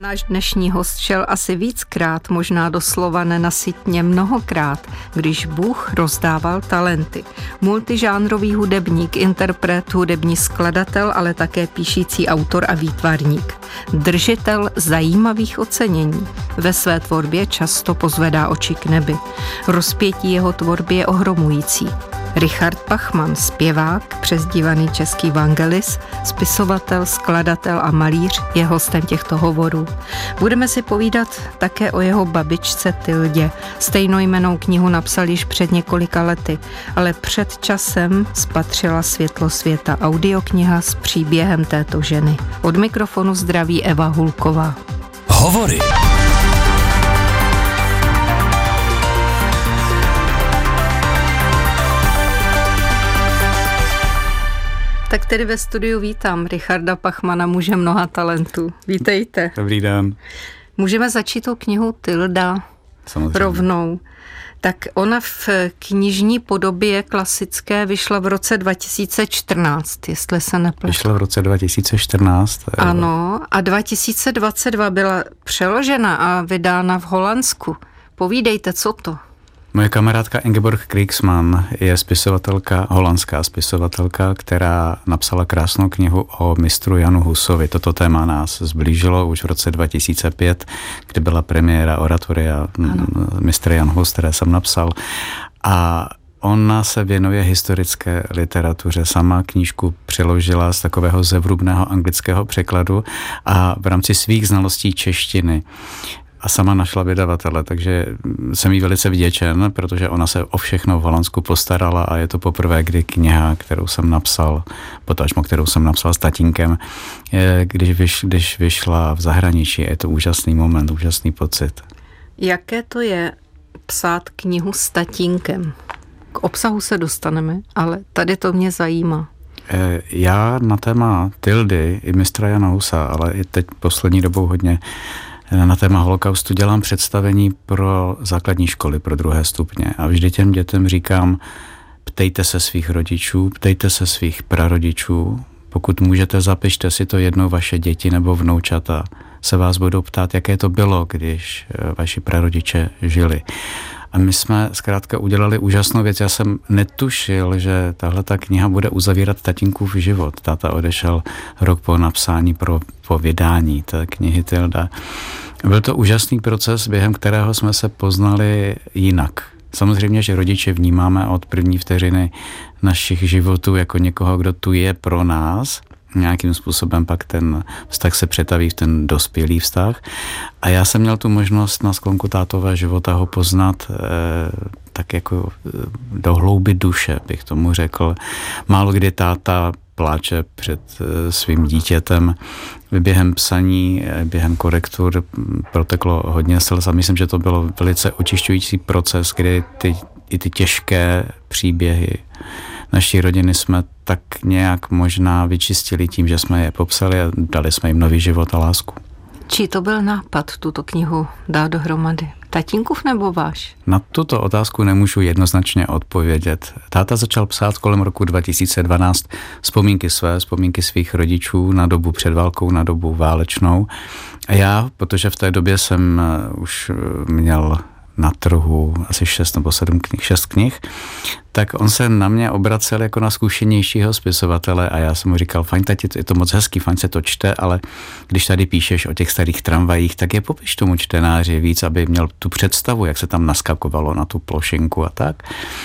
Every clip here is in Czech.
Náš dnešní host šel asi víckrát, možná doslova nenasytně mnohokrát, když Bůh rozdával talenty. Multižánrový hudebník, interpret, hudební skladatel, ale také píšící autor a výtvarník. Držitel zajímavých ocenění. Ve své tvorbě často pozvedá oči k nebi. Rozpětí jeho tvorby je ohromující. Richard Pachman, zpěvák, přezdívaný český Vangelis, spisovatel, skladatel a malíř, je hostem těchto hovorů. Budeme si povídat také o jeho babičce Tildě. Stejnojmennou knihu napsal již před několika lety, ale před časem spatřila světlo světa audiokniha s příběhem této ženy. Od mikrofonu zdraví Eva Hulková. Hovory. Tak tedy ve studiu vítám Richarda Pachmana, muže mnoha talentů. Vítejte. Dobrý den. Můžeme začít tou knihu Tilda Samozřejmě. Rovnou. Tak ona v knižní podobě klasické vyšla v roce 2014, jestli se nepletu. Vyšla v roce 2014. Ano, a 2022 byla přeložena a vydána v Holandsku. Povídejte, co to? Moje kamarádka Ingeborg Kriegsmann je spisovatelka, holandská spisovatelka, která napsala krásnou knihu o mistru Janu Husovi. Toto téma nás zblížilo už v roce 2005, kdy byla premiéra oratoria mistr Jan Hus, které jsem napsal. A ona se věnuje historické literatuře. Sama knížku přeložila z takového zevrubného anglického překladu a v rámci svých znalostí češtiny a sama našla vydavatele, takže jsem jí velice vděčen, protože ona se o všechno v Holandsku postarala a je to poprvé, kdy kniha, kterou jsem napsal, potažmo kterou jsem napsal s tatínkem, když vyšla v zahraničí. Je to úžasný moment, úžasný pocit. Jaké to je psát knihu s tatínkem? K obsahu se dostaneme, ale tady to mě zajímá. Já na téma Tildy i mistra Jana Husa, ale i teď poslední dobou hodně na téma holokaustu dělám představení pro základní školy, pro 2. stupně. A vždy těm dětem říkám, ptejte se svých rodičů, ptejte se svých prarodičů. Pokud můžete, zapište si to jednou, vaše děti nebo vnoučata se vás budou ptát, jaké to bylo, když vaši prarodiče žili. A my jsme zkrátka udělali úžasnou věc. Já jsem netušil, že tahle ta kniha bude uzavírat tatínkův život. Táta odešel rok po napsání po vydání té knihy Tilda. Byl to úžasný proces, během kterého jsme se poznali jinak. Samozřejmě, že rodiče vnímáme od první vteřiny našich životů jako někoho, kdo tu je pro nás. Nějakým způsobem pak ten vztah se přetaví v ten dospělý vztah. A já jsem měl tu možnost na sklonku tátového života ho poznat tak jako do hlouby duše, bych tomu řekl. Málo kdy táta pláče před svým dítětem. Během psaní, během korektur proteklo hodně slz a myslím, že to bylo velice očišťující proces, kdy ty těžké příběhy naší rodiny jsme tak nějak možná vyčistili tím, že jsme je popsali a dali jsme jim nový život a lásku. Čí to byl nápad tuto knihu dát dohromady? Tatínkův nebo váš? Na tuto otázku nemůžu jednoznačně odpovědět. Táta začal psát kolem roku 2012 vzpomínky svých rodičů na dobu před válkou, na dobu válečnou. A já, protože v té době jsem už měl na trhu asi 6 nebo 7 knih, 6 knih, tak on se na mě obracel jako na zkušenějšího spisovatele a já jsem mu říkal, fajn tati, je to moc hezký, fajn se to čte, ale když tady píšeš o těch starých tramvajích, tak je popiš tomu čtenáři víc, aby měl tu představu, jak se tam naskakovalo na tu plošinku a tak.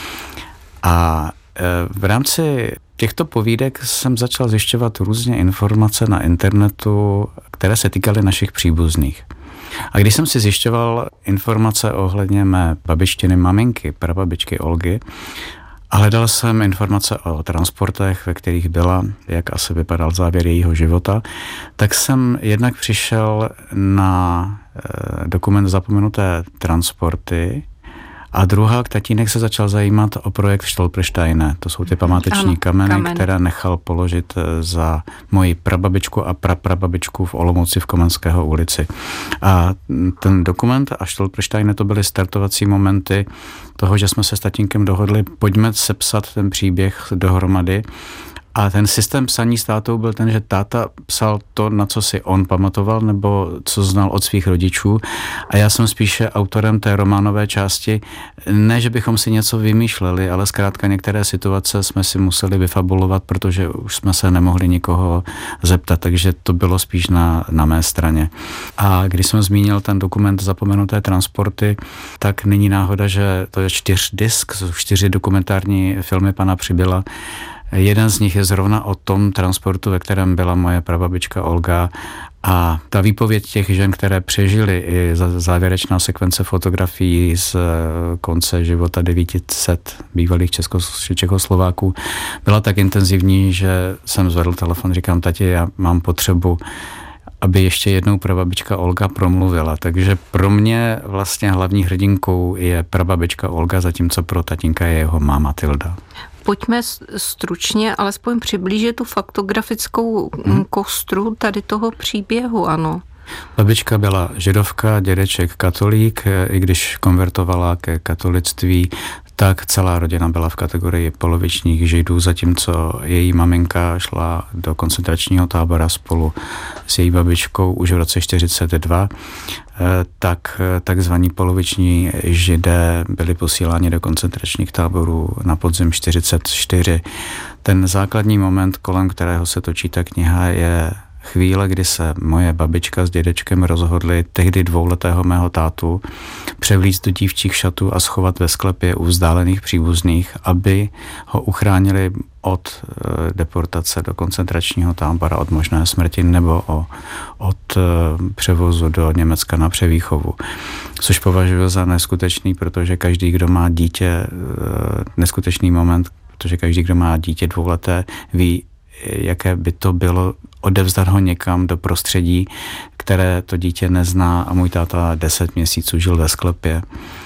A v rámci těchto povídek jsem začal zjišťovat různě informace na internetu, které se týkaly našich příbuzných. A když jsem si zjišťoval informace ohledně mé babičtiny maminky, prababičky Olgy, a hledal jsem informace o transportech, ve kterých byla, jak asi vypadal závěr jejího života, tak jsem jednak přišel na dokument Zapomenuté transporty a druhá, tatínek se začal zajímat o projekt Stolpersteine. To jsou ty památeční kameny, které nechal položit za moji prababičku a praprababičku v Olomouci v Komenského ulici. A ten dokument a Stolpersteine to byly startovací momenty toho, že jsme se s tatínkem dohodli, pojďme sepsat ten příběh dohromady A ten systém psaní s tátou byl ten, že táta psal to, na co si on pamatoval, nebo co znal od svých rodičů. A já jsem spíše autorem té románové části. Ne, že bychom si něco vymýšleli, ale zkrátka některé situace jsme si museli vyfabulovat, protože už jsme se nemohli nikoho zeptat, takže to bylo spíš na mé straně. A když jsem zmínil ten dokument Zapomenuté transporty, tak není náhoda, že to je 4disk, 4 dokumentární filmy pana Přibyla. Jeden z nich je zrovna o tom transportu, ve kterém byla moje prababička Olga, a ta výpověď těch žen, které přežily, i závěrečná sekvence fotografií z konce života 900 bývalých Čechoslováků byla tak intenzivní, že jsem zvedl telefon, říkám: tati, já mám potřebu, aby ještě jednou prababička Olga promluvila. Takže pro mě vlastně hlavní hrdinkou je prababička Olga, zatímco pro tatínka je jeho máma Tilda. Pojďme stručně alespoň přiblížit tu faktografickou kostru tady toho příběhu, ano. Babička byla židovka, dědeček katolík, i když konvertovala ke katolictví, tak celá rodina byla v kategorii polovičních židů, zatímco její maminka šla do koncentračního tábora spolu s její babičkou už v roce 1942, tak takzvaní poloviční židé byli posíláni do koncentračních táborů na podzim 1944. Ten základní moment, kolem kterého se točí ta kniha, je chvíle, kdy se moje babička s dědečkem rozhodli tehdy 2letého mého tátu převlíct do dívčích šatů a schovat ve sklepě u vzdálených příbuzných, aby ho uchránili od deportace do koncentračního tábora, od možné smrti nebo od převozu do Německa na převýchovu. Což považuji za neskutečný, protože každý, kdo má dítě, neskutečný moment, protože každý, kdo má dítě 2leté, ví, jaké by to bylo odevzdat ho někam do prostředí, které to dítě nezná, a můj táta 10 měsíců žil ve sklepě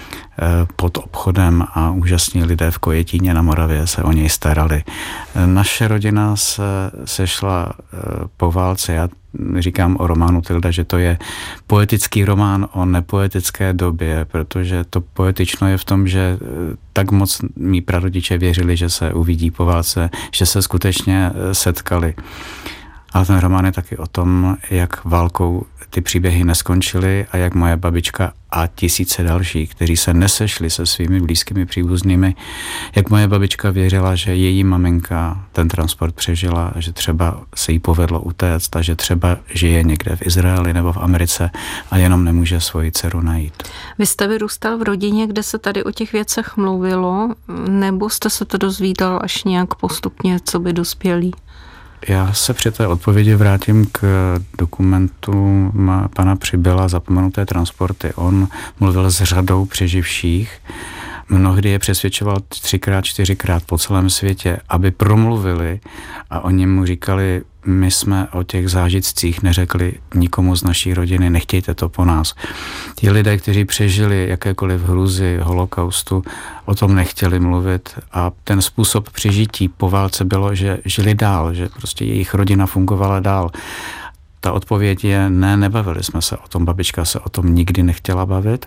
pod obchodem a úžasní lidé v Kojetíně na Moravě se o něj starali. Naše rodina se sešla po válce. Já říkám o románu Tilda, že to je poetický román o nepoetické době, protože to poetično je v tom, že tak moc mí prarodiče věřili, že se uvidí po válce, že se skutečně setkali. Ale ten román je taky o tom, jak válkou ty příběhy neskončily a jak moje babička a tisíce dalších, kteří se nesešli se svými blízkými příbuznými, jak moje babička věřila, že její maminka ten transport přežila, že třeba se jí povedlo utéct a že třeba žije někde v Izraeli nebo v Americe a jenom nemůže svoji dceru najít. Vy jste vyrůstal v rodině, kde se tady o těch věcech mluvilo, nebo jste se to dozvídal až nějak postupně, co by dospělí? Já se při té odpovědi vrátím k dokumentu pana Přibyla Zapomenuté transporty. On mluvil s řadou přeživších. Mnohdy je přesvědčoval 3x, 4x po celém světě, aby promluvili, a oni mu říkali: my jsme o těch zážitcích neřekli nikomu z naší rodiny, nechtějte to po nás. Ti lidé, kteří přežili jakékoliv hrůzy holokaustu, o tom nechtěli mluvit, a ten způsob přežití po válce bylo, že žili dál, že prostě jejich rodina fungovala dál. Ta odpověď je ne, nebavili jsme se o tom, babička se o tom nikdy nechtěla bavit.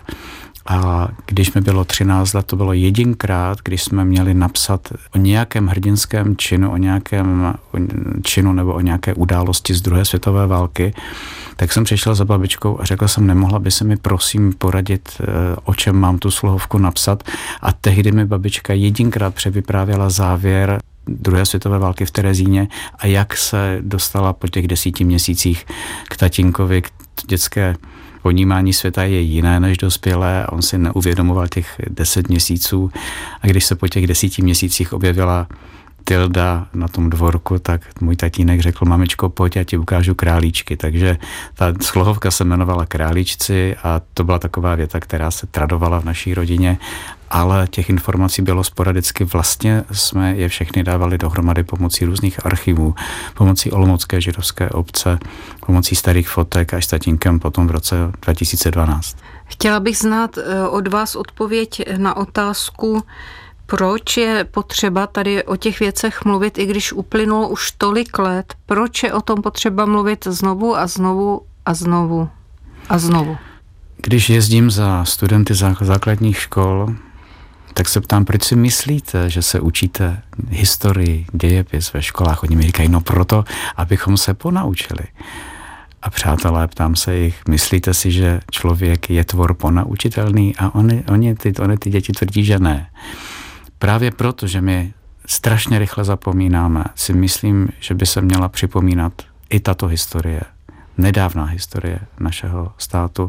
A když mi bylo 13 let, to bylo jedinkrát, když jsme měli napsat o nějakém hrdinském činu, o nějakém činu nebo o nějaké události z druhé světové války, tak jsem přišel za babičkou a řekl jsem: nemohla by se mi prosím poradit, o čem mám tu slohovku napsat. A tehdy mi babička jedinkrát převyprávěla závěr druhé světové války v Terezíně a jak se dostala po těch 10 měsících k tatínkovi. K dětské ponímání světa je jiné než dospělé a on si neuvědomoval těch 10 měsíců. A když se po těch 10 měsících objevila Tilda na tom dvorku, tak můj tatínek řekl: mamičko, pojď, já ti ukážu králíčky. Takže ta slohovka se jmenovala Králíčci a to byla taková věta, která se tradovala v naší rodině, ale těch informací bylo sporadicky. Vlastně jsme je všechny dávali dohromady pomocí různých archivů, pomocí olomoucké židovské obce, pomocí starých fotek až s tatínkem potom v roce 2012. Chtěla bych znát od vás odpověď na otázku, proč je potřeba tady o těch věcech mluvit, i když uplynulo už tolik let? Proč je o tom potřeba mluvit znovu a znovu a znovu a znovu? Když jezdím za studenty základních škol tak se ptám, proč si myslíte, že se učíte historii, dějepis ve školách? Oni mi říkají, no proto, abychom se ponaučili. A přátelé, ptám se jich, myslíte si, že člověk je tvor ponaučitelný? A oni ty děti tvrdí, že ne. Právě proto, že my strašně rychle zapomínáme, si myslím, že by se měla připomínat i tato historie, nedávná historie našeho státu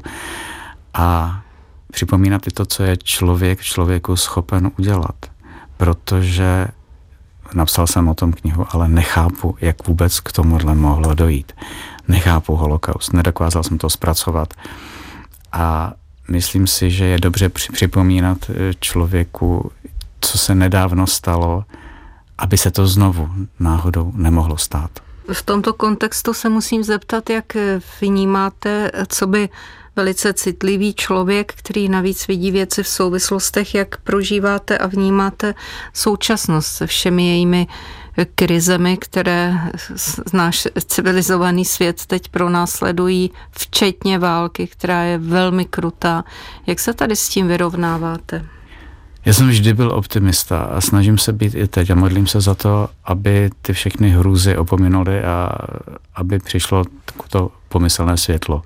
a připomínat i to, co je člověku schopen udělat. Protože napsal jsem o tom knihu, ale nechápu, jak vůbec k tomuhle mohlo dojít. Nechápu holokaust, nedokázal jsem to zpracovat. A myslím si, že je dobře připomínat člověku, co se nedávno stalo, aby se to znovu náhodou nemohlo stát. V tomto kontextu se musím zeptat, jak vnímáte, co by velice citlivý člověk, který navíc vidí věci v souvislostech, jak prožíváte a vnímáte současnost se všemi jejími krizemi, které náš civilizovaný svět teď pronásledují, včetně války, která je velmi krutá. Jak se tady s tím vyrovnáváte? Já jsem vždy byl optimista a snažím se být i teď a modlím se za to, aby ty všechny hrůzy opominuly a aby přišlo to pomyslné světlo.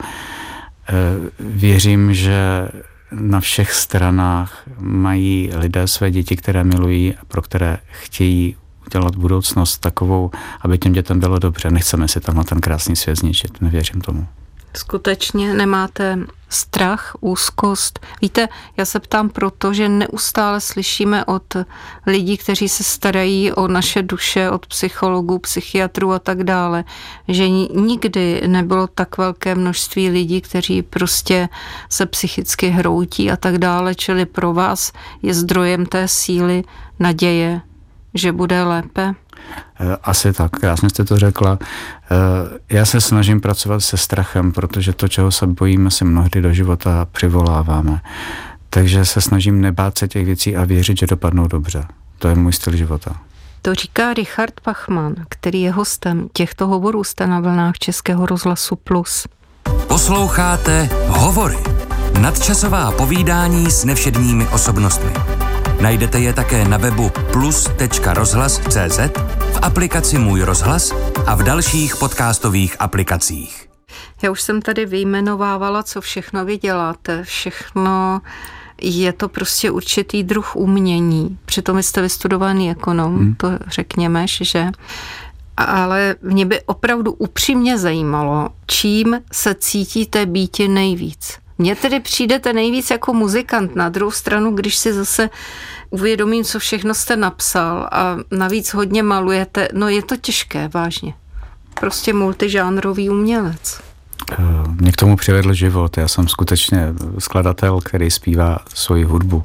Věřím, že na všech stranách mají lidé své děti, které milují a pro které chtějí udělat budoucnost takovou, aby těm dětem bylo dobře. Nechceme si tam na ten krásný svět zničit, nevěřím tomu. Skutečně nemáte strach, úzkost? Víte, já se ptám proto, že neustále slyšíme od lidí, kteří se starají o naše duše, od psychologů, psychiatrů a tak dále, že nikdy nebylo tak velké množství lidí, kteří prostě se psychicky hroutí a tak dále, čili pro vás je zdrojem té síly naděje, že bude lépe? Asi tak, krásně jste to řekla. Já se snažím pracovat se strachem, protože to, čeho se bojíme, si mnohdy do života přivoláváme. Takže se snažím nebát se těch věcí a věřit, že dopadnou dobře. To je můj styl života. To říká Richard Pachman, který je hostem těchto hovorů jste na vlnách Českého rozhlasu Plus. Posloucháte Hovory. Nadčasová povídání s nevšedními osobnostmi. Najdete je také na webu plus.rozhlas.cz, v aplikaci Můj rozhlas a v dalších podcastových aplikacích. Já už jsem tady vyjmenovávala, co všechno vy děláte. Všechno je to prostě určitý druh umění. Přitom jste vystudovaný ekonom, to řekněme, že? Ale mě by opravdu upřímně zajímalo, čím se cítíte býti nejvíc. Mně tedy přijdete nejvíc jako muzikant. Na druhou stranu, když si zase uvědomím, co všechno jste napsal a navíc hodně malujete, no je to těžké, vážně. Prostě multižánrový umělec. Mě k tomu přivedl život. Já jsem skutečně skladatel, který zpívá svoji hudbu.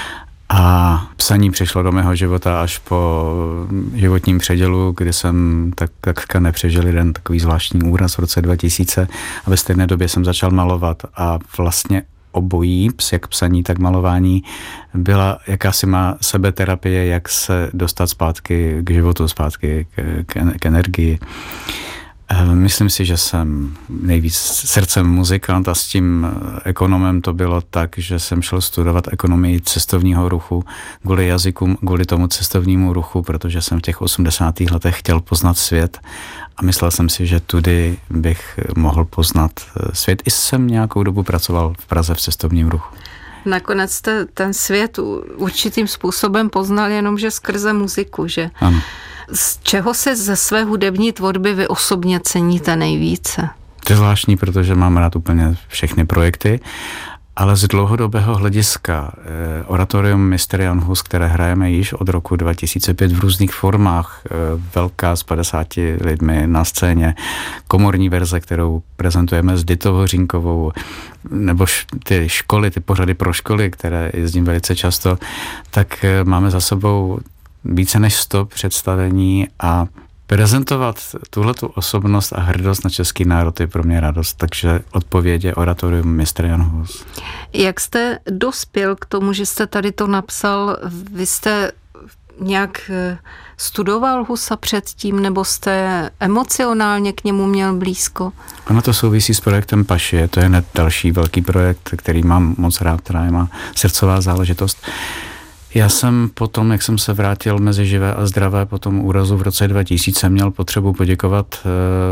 A psaní přišlo do mého života až po životním předělu, kdy jsem takřka nepřežil jeden takový zvláštní úraz v roce 2000 a ve stejné době jsem začal malovat a vlastně obojí, jak psaní, tak malování, byla jakási má sebeterapie, jak se dostat zpátky k životu, zpátky k energii. Myslím si, že jsem nejvíc srdcem muzikant a s tím ekonomem to bylo tak, že jsem šel studovat ekonomii cestovního ruchu kvůli jazykům, kvůli tomu cestovnímu ruchu, protože jsem v těch 80. letech chtěl poznat svět a myslel jsem si, že tudy bych mohl poznat svět. I jsem nějakou dobu pracoval v Praze v cestovním ruchu. Nakonec jste ten svět určitým způsobem poznal jenomže skrze muziku, že? Ano. Z čeho se ze své hudební tvorby vy osobně ceníte nejvíce? To je zvláštní, protože mám rád úplně všechny projekty, ale z dlouhodobého hlediska oratorium Mysterian Hus, které hrajeme již od roku 2005 v různých formách, velká s 50 lidmi na scéně, komorní verze, kterou prezentujeme s Ditou Hořínkovou, nebo ty školy, ty pořady pro školy, které jezdím velice často, tak máme za sebou více než 100 představení a prezentovat tuhletu osobnost a hrdost na český národ je pro mě radost, takže odpověď je oratorium Mysterian Hus. Jak jste dospěl k tomu, že jste tady to napsal? Vy jste nějak studoval Husa předtím, nebo jste emocionálně k němu měl blízko? Ono to souvisí s projektem Pašie, to je další velký projekt, který mám moc rád, která je má srdcová záležitost. Já jsem potom, jak jsem se vrátil mezi živé a zdravé po tom úrazu v roce 2000, měl potřebu poděkovat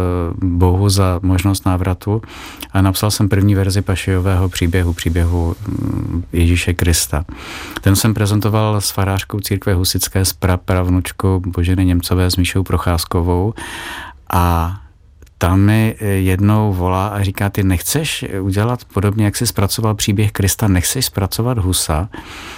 Bohu za možnost návratu a napsal jsem první verzi Pašijového příběhu Ježíše Krista. Ten jsem prezentoval s farářkou církve husitské, s prapravnučkou Boženy Němcové, s Míšou Procházkovou, a tam mi jednou volá a říká: ty nechceš udělat podobně, jak jsi zpracoval příběh Krista, nechceš zpracovat Husa?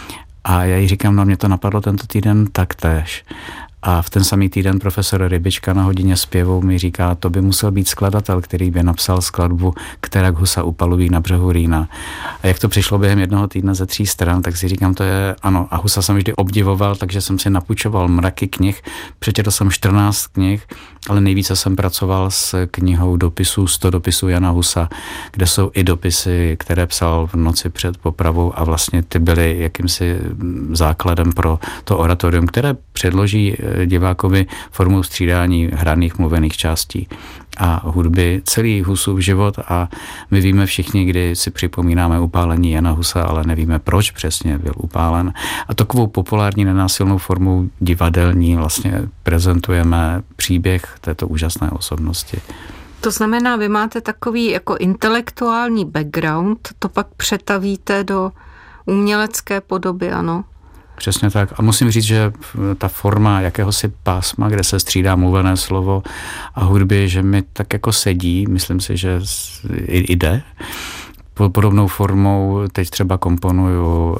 A já jí říkám: no, mě to napadlo tento týden taktéž. A v ten samý týden profesor Rybička na hodině zpěvu mi říká: to by musel být skladatel, který by napsal skladbu Kterak Husa upalují na břehu Rýna. A jak to přišlo během jednoho týdne ze 3 stran, tak si říkám, to je ano. A Husa jsem vždy obdivoval, takže jsem si napůjčoval mraky knih, přečetl jsem 14 knih, ale nejvíce jsem pracoval s knihou dopisů 100 dopisů Jana Husa, kde jsou i dopisy, které psal v noci před popravou, a vlastně ty byly jakýmsi základem pro to oratorium, které předloží divákovi formou střídání hraných mluvených částí a hudby celý Husův život. A my víme všichni, kdy si připomínáme upálení Jana Husa, ale nevíme, proč přesně byl upálen. A takovou populární nenásilnou formou divadelní vlastně prezentujeme příběh této úžasné osobnosti. To znamená, vy máte takový jako intelektuální background, to pak přetavíte do umělecké podoby, ano? Přesně tak. A musím říct, že ta forma jakéhosi pásma, kde se střídá mluvené slovo a hudby, že mi tak jako sedí, myslím si, že jde. Podobnou formou teď třeba komponuju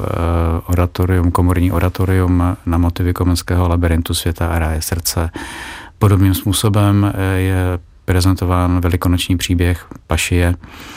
komorní oratorium na motivy Komenského Labyrintu světa a ráje srdce. Podobným způsobem je prezentován velikonoční příběh Pašije,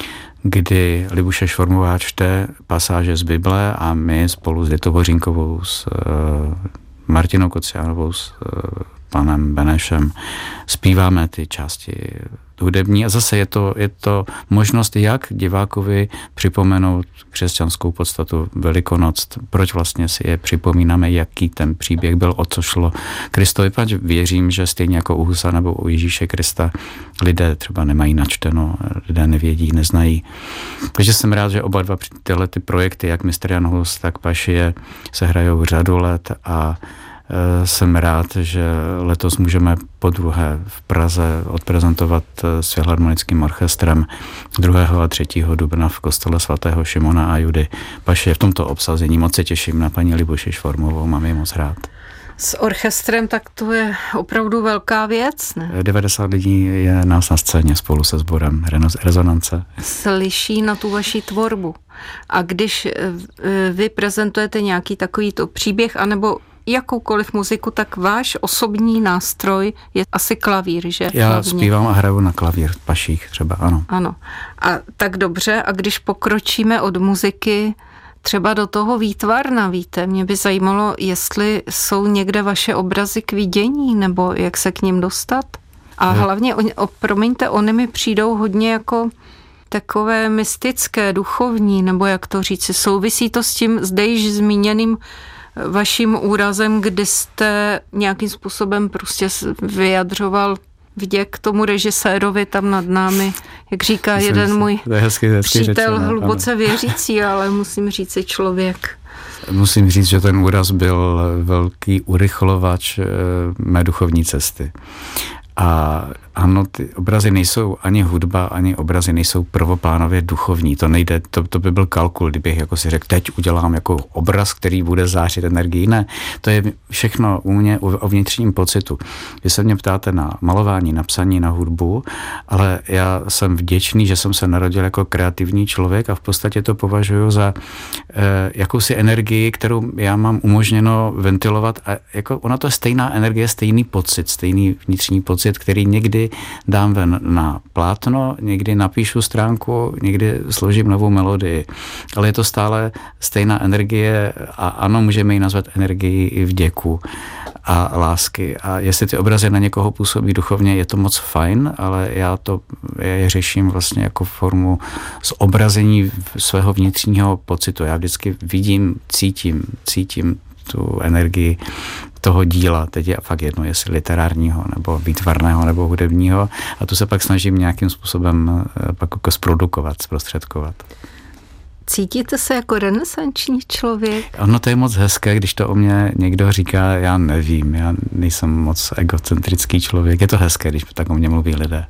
kdy Libuše Švormová čte pasáže z Bible a my spolu s Ditou Hořínkovou, s Martinou Kociánovou, s panem Benešem zpíváme ty části hudební. A zase je to možnost, jak divákovi připomenout křesťanskou podstatu Velikonoc, proč vlastně si je připomínáme, jaký ten příběh byl, o co šlo Kristovi, pač věřím, že stejně jako u Husa nebo u Ježíše Krista lidé třeba nemají načteno, lidé nevědí, neznají. Takže jsem rád, že oba dva tyhle ty projekty, jak Mistr Jan Hus, tak Pašije, se hrajou řadu let a jsem rád, že letos můžeme podruhé v Praze odprezentovat s Filharmonickým orchestrem 2. a 3. dubna v kostele svatého Šimona a Judy Pašije v tomto obsazení. Moc se těším na paní Libuši Švormovou, mám ji moc rád. S orchestrem, tak to je opravdu velká věc, ne? 90 lidí je nás na scéně spolu se sborem Rezonance. Slyší na tu vaši tvorbu. A když vy prezentujete nějaký takovýto příběh, anebo jakoukoliv muziku, tak váš osobní nástroj je asi klavír, že? Já hlavně zpívám a hraju na klavír v Paších třeba, ano. Ano. A tak dobře, a když pokročíme od muziky třeba do toho výtvarna, víte, mě by zajímalo, jestli jsou někde vaše obrazy k vidění, nebo jak se k nim dostat. A hlavně, promiňte, oni mi přijdou hodně jako takové mystické, duchovní, nebo jak to říci, souvisí to s tím zde již zmíněným vaším úrazem, kdy jste nějakým způsobem prostě vyjadřoval vděk tomu režisérovi tam nad námi, jak říká jeden můj přítel, hluboce věřící, ale musím říct si člověk. Musím říct, že ten úraz byl velký urychlovač mé duchovní cesty. A ano, ty obrazy nejsou ani hudba, ani obrazy nejsou prvoplánově duchovní. To nejde, to by byl kalkul, kdybych jako si řekl, teď udělám jako obraz, který bude zářit energii. Ne, to je všechno u mě o vnitřním pocitu. Vy se mě ptáte na malování, na psaní, na hudbu, ale já jsem vděčný, že jsem se narodil jako kreativní člověk a v podstatě to považuji za jakousi energii, kterou já mám umožněno ventilovat. A jako ona to je stejná energie, stejný pocit, stejný vnitřní pocit, který někdy dám ven na plátno, někdy napíšu stránku, někdy složím novou melodii. Ale je to stále stejná energie a ano, můžeme ji nazvat energii i vděku a lásky. A jestli ty obrazy na někoho působí duchovně, je to moc fajn, ale já je řeším vlastně jako formu zobrazení svého vnitřního pocitu. Já vždycky vidím, cítím tu energii toho díla, teď je fakt jedno, jestli literárního, nebo výtvarného, nebo hudebního, a tu se pak snažím nějakým způsobem pak jako zprodukovat, zprostředkovat. Cítíte se jako renesanční člověk? Ono to je moc hezké, když to o mě někdo říká, já nevím, já nejsem moc egocentrický člověk. Je to hezké, když tak o mě mluví lidé.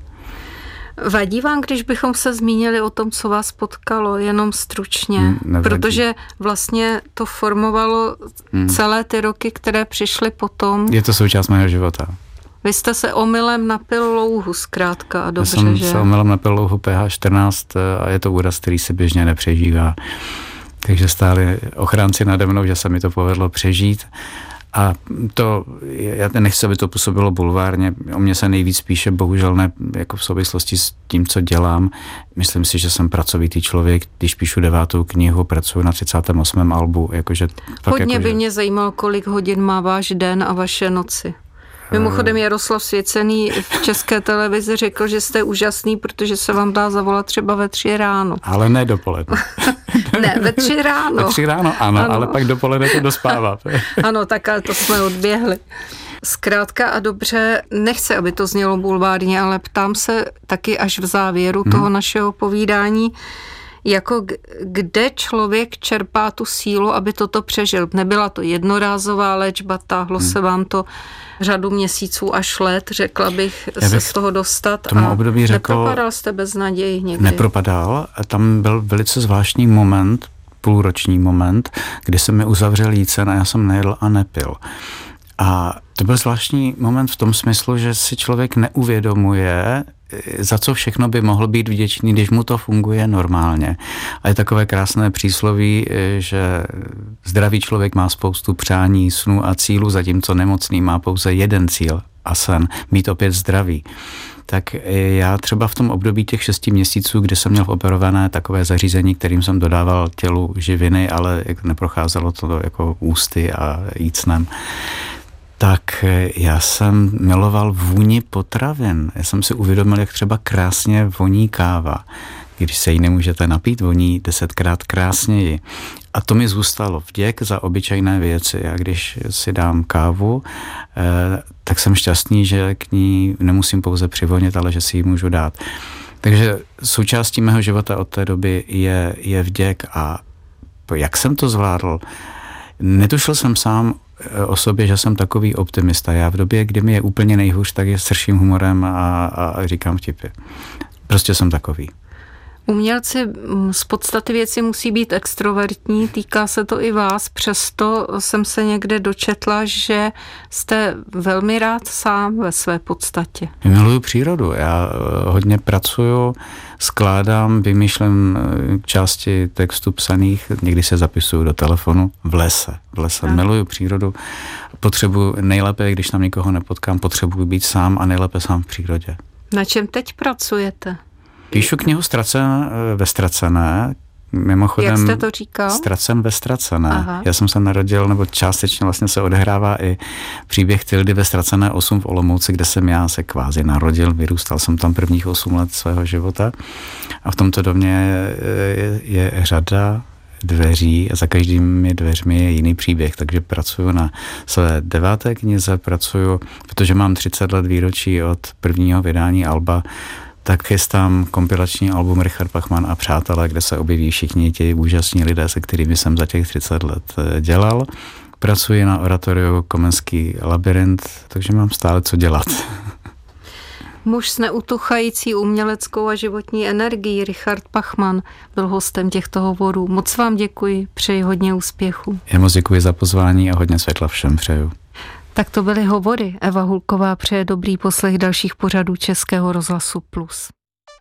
Vadí vám, když bychom se zmínili o tom, co vás potkalo, jenom stručně? Protože vlastně to formovalo celé ty roky, které přišly potom. Je to součást mého života. Vy jste se omylem napil louhu zkrátka a dobře, Já jsem že? se omylem napil louhu pH 14 a je to úraz, který se běžně nepřežívá. Takže stáli ochránci nade mnou, že se mi to povedlo přežít. A to, já nechci, aby to působilo bulvárně, o mě se nejvíc píše, bohužel ne jako v souvislosti s tím, co dělám. Myslím si, že jsem pracovitý člověk, když píšu 9. knihu, pracuji na 38. albu. Jakože, hodně by mě zajímalo, kolik hodin má váš den a vaše noci. Mimochodem Jaroslav Svěcený v České televizi řekl, že jste úžasný, protože se vám dá zavolat třeba ve 3 ráno. Ale ne dopoledne. Ne, ve 3 ráno. Ve 3 ráno, ano, ale pak dopoledne to dospávat. Ano, tak ale to jsme odběhli. Zkrátka a dobře, nechci, aby to znělo bulvárně, ale ptám se taky až v závěru toho našeho povídání, jako kde člověk čerpá tu sílu, aby toto přežil. Nebyla to jednorázová léčba, táhlo se vám to řadu měsíců až let, řekla bych, se z toho dostat. Tomu období řekl, nepropadal jste bez naději někdy? Nepropadal. Tam byl velice zvláštní moment, půlroční moment, kdy se mi uzavřel jícen a já jsem nejedl a nepil. A to byl zvláštní moment v tom smyslu, že si člověk neuvědomuje, za co všechno by mohl být vděčný, když mu to funguje normálně. A je takové krásné přísloví, že zdravý člověk má spoustu přání, snů a cílů, zatímco nemocný má pouze jeden cíl a sen, být opět zdravý. Tak já třeba v tom období těch 6 měsíců, kdy jsem měl operované takové zařízení, kterým jsem dodával tělu živiny, ale neprocházelo to jako ústy a jícnem, tak já jsem miloval vůni potravin. Já jsem si uvědomil, jak třeba krásně voní káva. Když se jí nemůžete napít, voní 10krát krásněji. A to mi zůstalo vděk za obyčejné věci. A když si dám kávu, tak jsem šťastný, že k ní nemusím pouze přivonit, ale že si ji můžu dát. Takže součástí mého života od té doby je vděk. A jak jsem to zvládl? Netušil jsem sám o sobě, že jsem takový optimista. Já v době, kdy mi je úplně nejhůř, tak je srším humorem a říkám vtipy. Prostě jsem takový. Umělci z podstaty věci musí být extrovertní, týká se to i vás, přesto jsem se někde dočetla, že jste velmi rád sám ve své podstatě. Miluju přírodu, já hodně pracuju, skládám, vymýšlím části textu psaných, někdy se zapisuju do telefonu v lese. Miluju přírodu, potřebuji nejlépe, když tam nikoho nepotkám, potřebuji být sám a nejlépe sám v přírodě. Na čem teď pracujete? Píšu knihu Ztracen ve ztracené. Mimochodem, jak jste to říkal? Ztracen ve ztracené. Aha. Já jsem se narodil, nebo částečně vlastně se odehrává i příběh Tildy ve ztracené 8 v Olomouci, kde jsem já se kvázi narodil, vyrůstal jsem tam prvních 8 let svého života. A v tomto domě je řada dveří a za každými dveřmi je jiný příběh, takže pracuju na své 9. knize, protože mám 30 let výročí od prvního vydání alba, tak chystám kompilační album Richard Pachman a přátelé, kde se objeví všichni ti úžasní lidé, se kterými jsem za těch 30 let dělal. Pracuji na oratoriu Komenský labyrint, takže mám stále co dělat. Muž s neutuchající uměleckou a životní energií Richard Pachman byl hostem těchto hovorů. Moc vám děkuji, přeji hodně úspěchu. Já moc děkuji za pozvání a hodně světla všem přeju. Tak to byly hovory. Eva Hulková přeje dobrý poslech dalších pořadů Českého rozhlasu Plus.